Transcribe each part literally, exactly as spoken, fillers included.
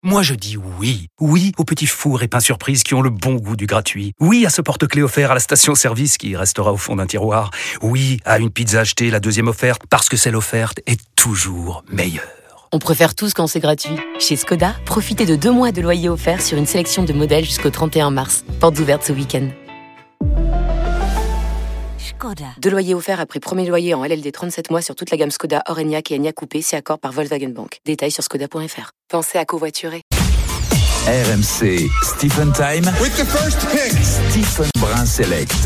Moi je dis oui. Oui aux petits fours et pains surprises qui ont le bon goût du gratuit. Oui à ce porte-clés offert à la station-service qui restera au fond d'un tiroir. Oui à une pizza achetée, la deuxième offerte, parce que celle offerte est toujours meilleure. On préfère tous quand c'est gratuit. Chez Skoda, profitez de deux mois de loyer offert sur une sélection de modèles jusqu'au trente et un mars. Portes ouvertes ce week-end. Skoda. Deux loyers offerts après premier loyer en L L D trente-sept mois sur toute la gamme Skoda, Orenia et Enyaq Coupé, si accord par Volkswagen Bank. Détails sur skoda point f r. Pensez à covoiturer. R M C, Stephen Time. With the first pick. Stephen Brun Select.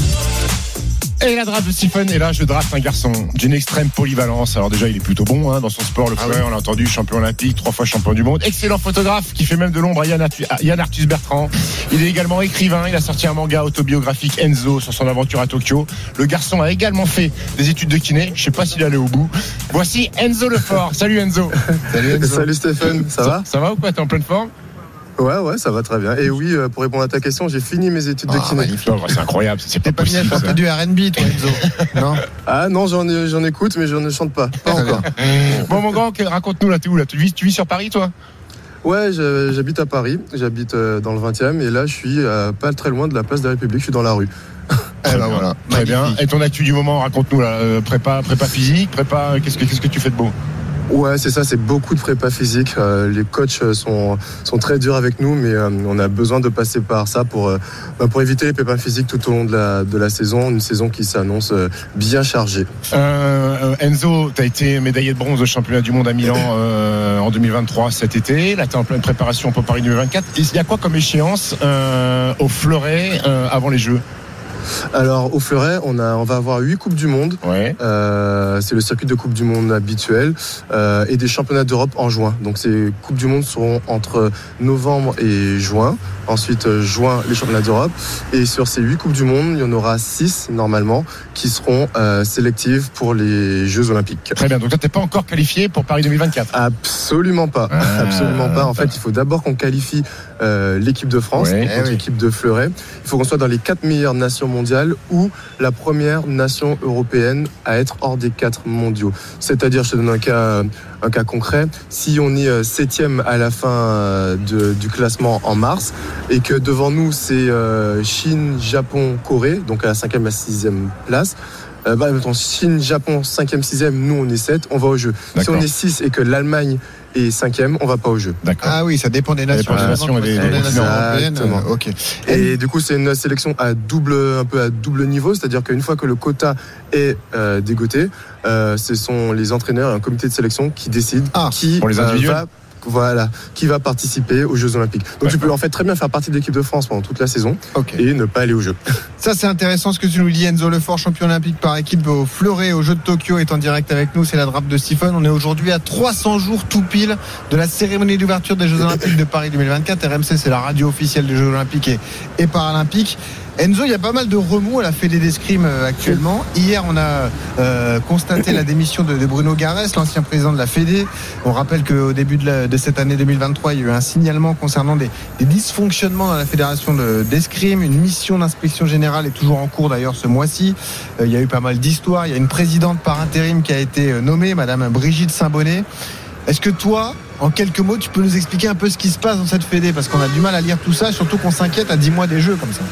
Et la draft de Stephen, et là je draft un garçon d'une extrême polyvalence. Alors déjà il est plutôt bon hein, dans son sport, le fleur, ah oui. On l'a entendu, champion olympique, trois fois champion du monde, excellent photographe qui fait même de l'ombre à Yann, Arthus, Yann Arthus Bertrand. Il est également écrivain, il a sorti un manga autobiographique Enzo sur son aventure à Tokyo. Le garçon a également fait des études de kiné, je sais pas s'il allait au bout. Voici Enzo Lefort. Salut Enzo. Salut Enzo. Salut Stephen, ça, ça va Ça va ou pas, t'es en pleine forme? Ouais, ouais, ça va très bien. Et oui, pour répondre à ta question, j'ai fini mes études oh, de kiné. Oh, c'est incroyable. C'est pas pas bien chanter du R and B, toi, Enzo. Non. Ah non, j'en, j'en écoute, mais je ne chante pas. Pas encore. Bon, mon grand, raconte-nous là, t'es où là? Tu vis, tu vis sur Paris, toi? Ouais, j'habite à Paris. J'habite dans le vingtième, et là, je suis pas très loin de la place de la République. Je suis dans la rue. Eh ben voilà, très bien. Et ton actu du moment, raconte-nous là. Prépa, prépa physique, prépa. Qu'est-ce que, qu'est-ce que tu fais de beau? Ouais, c'est ça, c'est beaucoup de prépa physique. Euh, les coachs sont, sont très durs avec nous, mais euh, on a besoin de passer par ça pour, euh, pour éviter les pépins physiques tout au long de la, de la saison. Une saison qui s'annonce euh, bien chargée. Euh, Enzo, tu as été médaillé de bronze au championnat du monde à Milan euh, en deux mille vingt-trois cet été. Là, tu es en pleine préparation pour Paris deux mille vingt-quatre. Il y a quoi comme échéance euh, au Fleuret euh, avant les Jeux? Alors au Fleuret, on, a, on va avoir huit Coupes du Monde. Ouais. Euh, c'est le circuit de Coupe du Monde habituel euh, et des championnats d'Europe en juin. Donc ces Coupes du Monde seront entre novembre et juin. Ensuite euh, juin, les championnats d'Europe. Et sur ces huit Coupes du Monde, il y en aura six normalement qui seront euh, sélectives pour les Jeux Olympiques. Très bien. Donc toi, t'es pas encore qualifié pour Paris deux mille vingt-quatre? Absolument pas. Ah, Absolument pas. En fait, il faut d'abord qu'on qualifie euh, l'équipe de France, ouais, donc l'équipe de Fleuret. Il faut qu'on soit dans les quatre meilleures nations mondiale ou la première nation européenne à être hors des quatre mondiaux. C'est-à-dire, je te donne un cas, un cas concret, si on est septième à la fin de, du classement en mars et que devant nous c'est euh, Chine, Japon, Corée, donc à la cinquième à sixième place, euh, bah, mettons, Chine, Japon, cinquième, sixième, nous on est sept, on va au jeu. D'accord. Si on est six et que l'Allemagne et cinquième, on va pas au jeu. D'accord. Ah oui, ça dépend des nations. Des nations et des, des nations européennes. Euh, ok. Et du coup, c'est une sélection à double, un peu à double niveau, c'est-à-dire qu'une fois que le quota est euh, dégoté, euh, ce sont les entraîneurs et un comité de sélection qui décident ah, qui pour les individuels. euh, va Voilà, qui va participer aux Jeux Olympiques. Donc tu peux en fait très bien faire partie de l'équipe de France pendant toute la saison okay. et ne pas aller aux Jeux. Ça c'est intéressant ce que tu nous dis. Enzo Lefort, champion olympique par équipe au Fleuret aux Jeux de Tokyo, est en direct avec nous. C'est la draft de Stephen. On est aujourd'hui à trois cents jours tout pile de la cérémonie d'ouverture des Jeux Olympiques de Paris deux mille vingt-quatre. R M C, c'est la radio officielle des Jeux Olympiques et, et Paralympiques. Enzo, il y a pas mal de remous à la Fédé d'escrime actuellement. Hier, on a euh, constaté la démission de, de Bruno Garès, l'ancien président de la Fédé. On rappelle qu'au début de, la, de cette année deux mille vingt-trois, il y a eu un signalement concernant des, des dysfonctionnements dans la fédération de, d'escrime. Une mission d'inspection générale est toujours en cours d'ailleurs ce mois-ci. Euh, il y a eu pas mal d'histoires. Il y a une présidente par intérim qui a été nommée, Madame Brigitte Saint-Bonnet. Est-ce que toi, en quelques mots, tu peux nous expliquer un peu ce qui se passe dans cette Fédé? Parce qu'on a du mal à lire tout ça, surtout qu'on s'inquiète à dix mois des Jeux comme ça.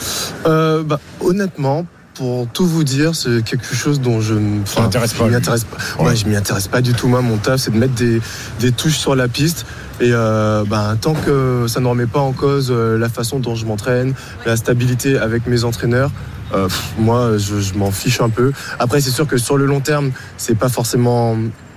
Euh, bah, honnêtement, pour tout vous dire, c'est quelque chose dont je ne enfin, m'intéresse pas. Je m'y intéresse pas. Ouais, ouais, je m'y intéresse pas du tout. Moi, mon taf, c'est de mettre des, des touches sur la piste. Et euh, bah, tant que ça ne remet pas en cause euh, la façon dont je m'entraîne, la stabilité avec mes entraîneurs, euh, pff, moi, je, je m'en fiche un peu. Après, c'est sûr que sur le long terme, c'est pas forcément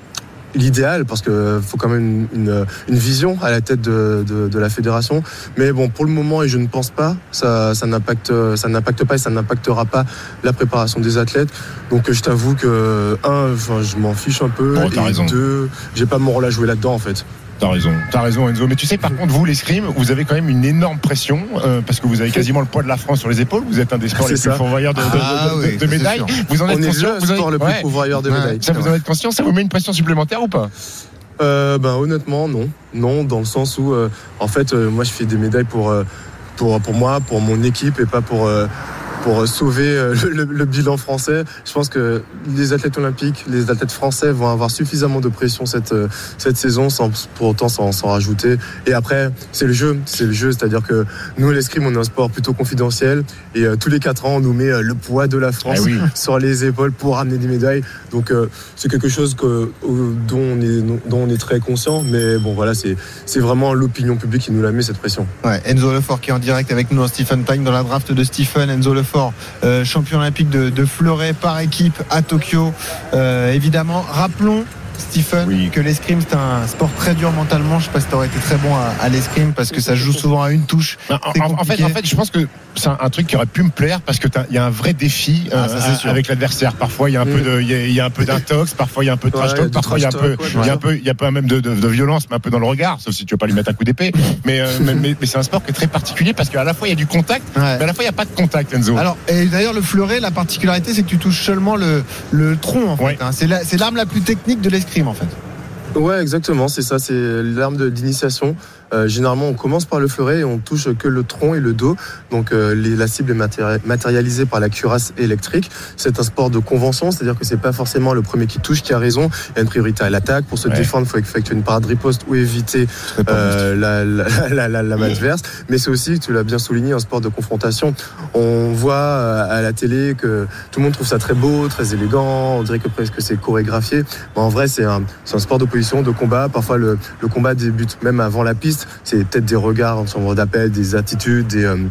l'idéal parce qu'il faut quand même une, une, une vision à la tête de, de, de la fédération. Mais bon, pour le moment, et je ne pense pas, ça, ça, n'impacte, ça n'impacte pas et ça n'impactera pas la préparation des athlètes. Donc je t'avoue que, un, enfin, je m'en fiche un peu. Oh, t'as et raison. Deux, j'ai pas mon rôle à jouer là-dedans en fait. T'as raison, t'as raison Enzo. Mais tu sais, par contre, vous, l'escrime, vous avez quand même une énorme pression euh, parce que vous avez quasiment le poids de la France sur les épaules. Vous êtes un des sports c'est les ça. plus pourvoyeurs de, de, ah, de, de, oui, de médailles. Vous en êtes On conscient? est le sport le plus ouais. pourvoyeur de médailles. Ça, vous en êtes conscient? Ça vous met une pression supplémentaire ou pas? Euh, ben honnêtement non, non dans le sens où euh, en fait euh, moi je fais des médailles pour euh, pour pour moi, pour mon équipe et pas pour euh, pour sauver le, le, le bilan français. Je pense que les athlètes olympiques, les athlètes français vont avoir suffisamment de pression cette, cette saison sans pour autant s'en, s'en rajouter. Et après, c'est le jeu, c'est le jeu, c'est-à-dire que nous, l'escrime, on est un sport plutôt confidentiel et euh, tous les quatre ans, on nous met euh, le poids de la France ah oui. sur les épaules pour ramener des médailles. Donc euh, c'est quelque chose que, euh, dont, on est, dont on est très conscient, mais bon voilà, c'est, c'est vraiment l'opinion publique qui nous la met cette pression. Ouais, Enzo Lefort qui est en direct avec nous dans Stephen Time dans la draft de Stephen. Enzo Lefort, euh, champion olympique de, de fleuret par équipe à Tokyo. Euh, évidemment, rappelons Stephen, oui. que l'escrime c'est un sport très dur mentalement. Je sais pas si tu aurais été très bon à, à l'escrime parce que ça joue souvent à une touche. En, en, en, fait, en fait, je pense que c'est un, un truc qui aurait pu me plaire parce que il y a un vrai défi euh, ah, avec l'adversaire. Parfois, il y a un mmh. peu de, il y, y a un peu d'intox, parfois il y a un peu de trash talk, ouais, parfois il y a un peu, il y a un peu, il y a pas même de, de, de violence, mais un peu dans le regard, sauf si tu veux pas lui mettre un coup d'épée. Mais, euh, mais, mais, mais c'est un sport qui est très particulier parce qu'à la fois il y a du contact, ouais. mais à la fois il y a pas de contact, Enzo. Alors, et d'ailleurs le fleuret, la particularité, c'est que tu touches seulement le, le tronc. En fait, ouais. hein. C'est, la, c'est l'arme la plus technique de l'escrime, en fait. Ouais, exactement, c'est ça, c'est l'arme de, d'initiation. Euh, généralement, on commence par le fleuret et on touche que le tronc et le dos. Donc, euh, les, la cible est matéri- matérialisée par la cuirasse électrique. C'est un sport de convention, c'est-à-dire que c'est pas forcément le premier qui touche qui a raison. Il y a une priorité à l'attaque. Pour se ouais. défendre, il faut effectuer une parade riposte ou éviter euh, la, la, la, la, la adverse. Mais c'est aussi, tu l'as bien souligné, un sport de confrontation. On voit à la télé que tout le monde trouve ça très beau, très élégant. On dirait que presque c'est chorégraphié. Mais en vrai, c'est un, c'est un sport d'opposition, de combat. Parfois, le, le combat débute même avant la piste. C'est peut-être des regards en chambre d'appel, des attitudes, des, euh,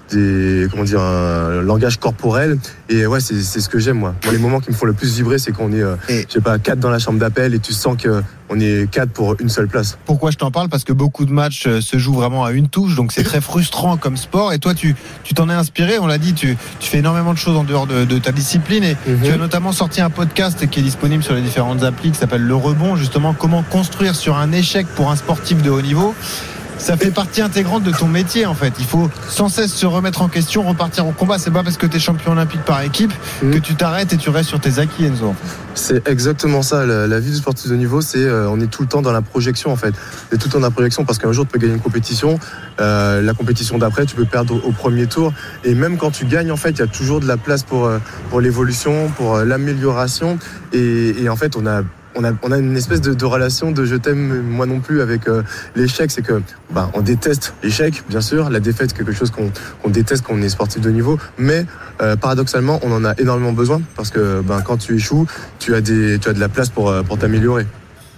des comment dire, un langage corporel. Et ouais, c'est, c'est ce que j'aime, moi. Moi, les moments qui me font le plus vibrer, c'est qu'on est, euh, je sais pas, quatre dans la chambre d'appel et tu sens que on est quatre pour une seule place. Pourquoi je t'en parle ? Parce que beaucoup de matchs se jouent vraiment à une touche, donc c'est très frustrant comme sport. Et toi, tu, tu t'en es inspiré, on l'a dit, tu, tu fais énormément de choses en dehors de, de ta discipline. Et mm-hmm. tu as notamment sorti un podcast qui est disponible sur les différentes applis, qui s'appelle Le Rebond, justement, comment construire sur un échec pour un sportif de haut niveau. Ça fait partie intégrante de ton métier, en fait. Il faut sans cesse se remettre en question, repartir au combat. C'est pas parce que tu es champion olympique par équipe mmh. que tu t'arrêtes et tu restes sur tes acquis, Enzo. C'est exactement ça. La, la vie du sportif de haut niveau, c'est euh, on est tout le temps dans la projection, en fait. On est tout le temps dans la projection parce qu'un jour, tu peux gagner une compétition. Euh, la compétition d'après, tu peux perdre au, au premier tour. Et même quand tu gagnes, en fait, il y a toujours de la place pour, euh, pour l'évolution, pour euh, l'amélioration. Et, et en fait, on a On a, on a une espèce de, de relation de je t'aime moi non plus avec euh, l'échec. C'est que bah, on déteste l'échec, bien sûr. La défaite, c'est quelque chose qu'on, qu'on déteste quand on est sportif de niveau. Mais euh, paradoxalement, on en a énormément besoin parce que bah, quand tu échoues, tu as, des, tu as de la place pour, pour t'améliorer.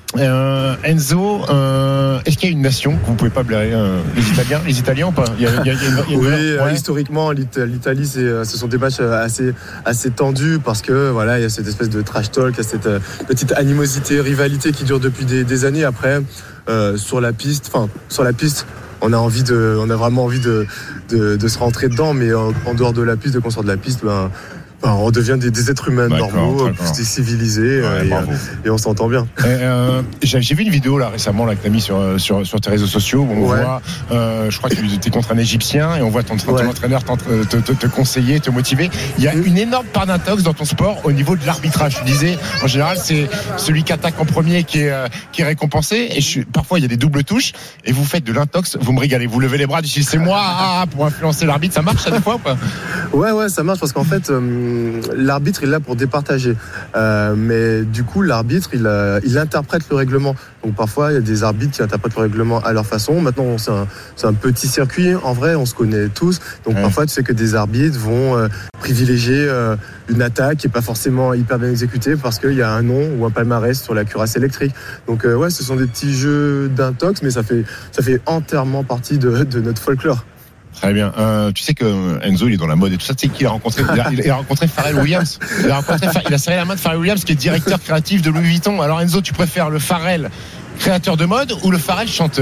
Euh, Enzo, euh, est-ce qu'il y a une nation que vous ne pouvez pas blairer euh, les Italiens, les Italiens ou pas il y a, il y a, il y a une, il y a une... Oui, ouais. euh, historiquement, l'Italie, c'est, ce sont des matchs assez, assez tendus parce que voilà, il y a cette espèce de trash talk, il y a cette euh, petite animosité, rivalité qui dure depuis des, des années. Après, euh, sur la piste, enfin sur la piste. On a envie de, on a vraiment envie de, de, de se rentrer dedans, mais en, en dehors de la piste, de qu'on sort de la piste, ben. Enfin, on devient des, des êtres humains d'accord, normaux, d'accord. plus civilisés, ouais, et, et on s'entend bien. Euh, j'ai, j'ai vu une vidéo là récemment là, que tu as mis sur, sur, sur tes réseaux sociaux où on ouais. voit, euh, je crois que tu étais contre un Égyptien et on voit ton, ton ouais. entraîneur te, te, te conseiller, te motiver. Il y a mmh. une énorme part d'intox dans ton sport au niveau de l'arbitrage. Tu disais, en général, c'est celui qui attaque en premier qui est, euh, qui est récompensé. Et je, parfois, il y a des doubles touches et vous faites de l'intox. Vous me régalez. Vous levez les bras, tu dis c'est moi ah, pour influencer l'arbitre. Ça marche ça des fois ou pas ? Ouais, ouais, ça marche parce qu'en fait. Euh, l'arbitre il est là pour départager euh, mais du coup l'arbitre il, euh, il interprète le règlement, donc parfois il y a des arbitres qui interprètent le règlement à leur façon. Maintenant c'est un, c'est un petit circuit, en vrai on se connaît tous, donc ouais. parfois tu sais que des arbitres vont euh, privilégier euh, une attaque qui n'est pas forcément hyper bien exécutée parce qu'il y a un nom ou un palmarès sur la cuirasse électrique, donc euh, ouais ce sont des petits jeux d'intox, mais ça fait, ça fait entièrement partie de, de notre folklore. Très bien. Euh, tu sais que Enzo, il est dans la mode et tout ça. Tu sais qu'il a rencontré, il a, il a rencontré Pharrell Williams. Il a rencontré, il a serré la main de Pharrell Williams, qui est directeur créatif de Louis Vuitton. Alors Enzo, tu préfères le Pharrell créateur de mode ou le Pharrell chanteur ?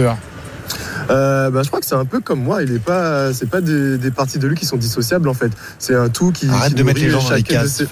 Euh, bah, je crois que c'est un peu comme moi. Il est pas, c'est pas des, des parties de lui qui sont dissociables en fait. C'est un tout qui. Arrête qui de mettre les gens dans les cases. Ses...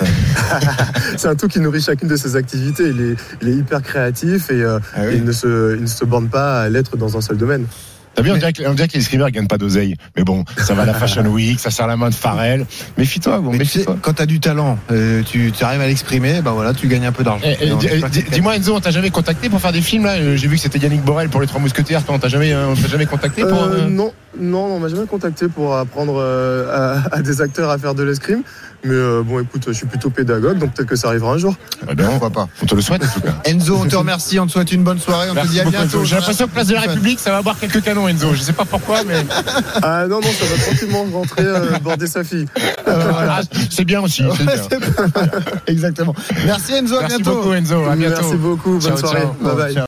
c'est un tout qui nourrit chacune de ses activités. Il est, il est hyper créatif et, euh, ah oui. et il ne se, il ne se borne pas à l'être dans un seul domaine. T'as vu, on Mais- dirait, que, on dirait que les escrimeurs gagnent pas d'oseille. Mais bon, ça va à la Fashion Week, ça serre la main de Pharrell. Méfie-toi, bon, Mais tu sais, méfie-toi. quand t'as du talent, euh, tu, tu arrives à l'exprimer, bah voilà, tu gagnes un peu d'argent. Eh, eh, Alors, dis- j'espère que dis- c'est- Dis-moi Enzo, on t'a jamais contacté pour faire des films là Euh, J'ai vu que c'était Yannick Borel pour les Trois Mousquetaires. Toi, on t'a jamais, euh, on t'a jamais contacté pour Euh, euh, non, non, on m'a jamais contacté pour apprendre euh, à, à des acteurs à faire de l'escrime. Mais euh, bon, écoute, je suis plutôt pédagogue, donc peut-être que ça arrivera un jour. Eh ben, Pourquoi pas. on te le souhaite en tout cas. Enzo, on te remercie, on te souhaite une bonne soirée, on te Merci dit à beaucoup, bientôt. Enzo. J'ai l'impression que Place de la République, ça va boire quelques canons, Enzo. Je sais pas pourquoi, mais Ah non, non, ça va tranquillement rentrer euh, border sa fille. Ah, c'est bien aussi. C'est bien. Exactement. Merci Enzo, à Merci bientôt. beaucoup, Enzo. À bientôt. Merci beaucoup, bonne Ciao, soirée. ciao. Bye bye. Ciao.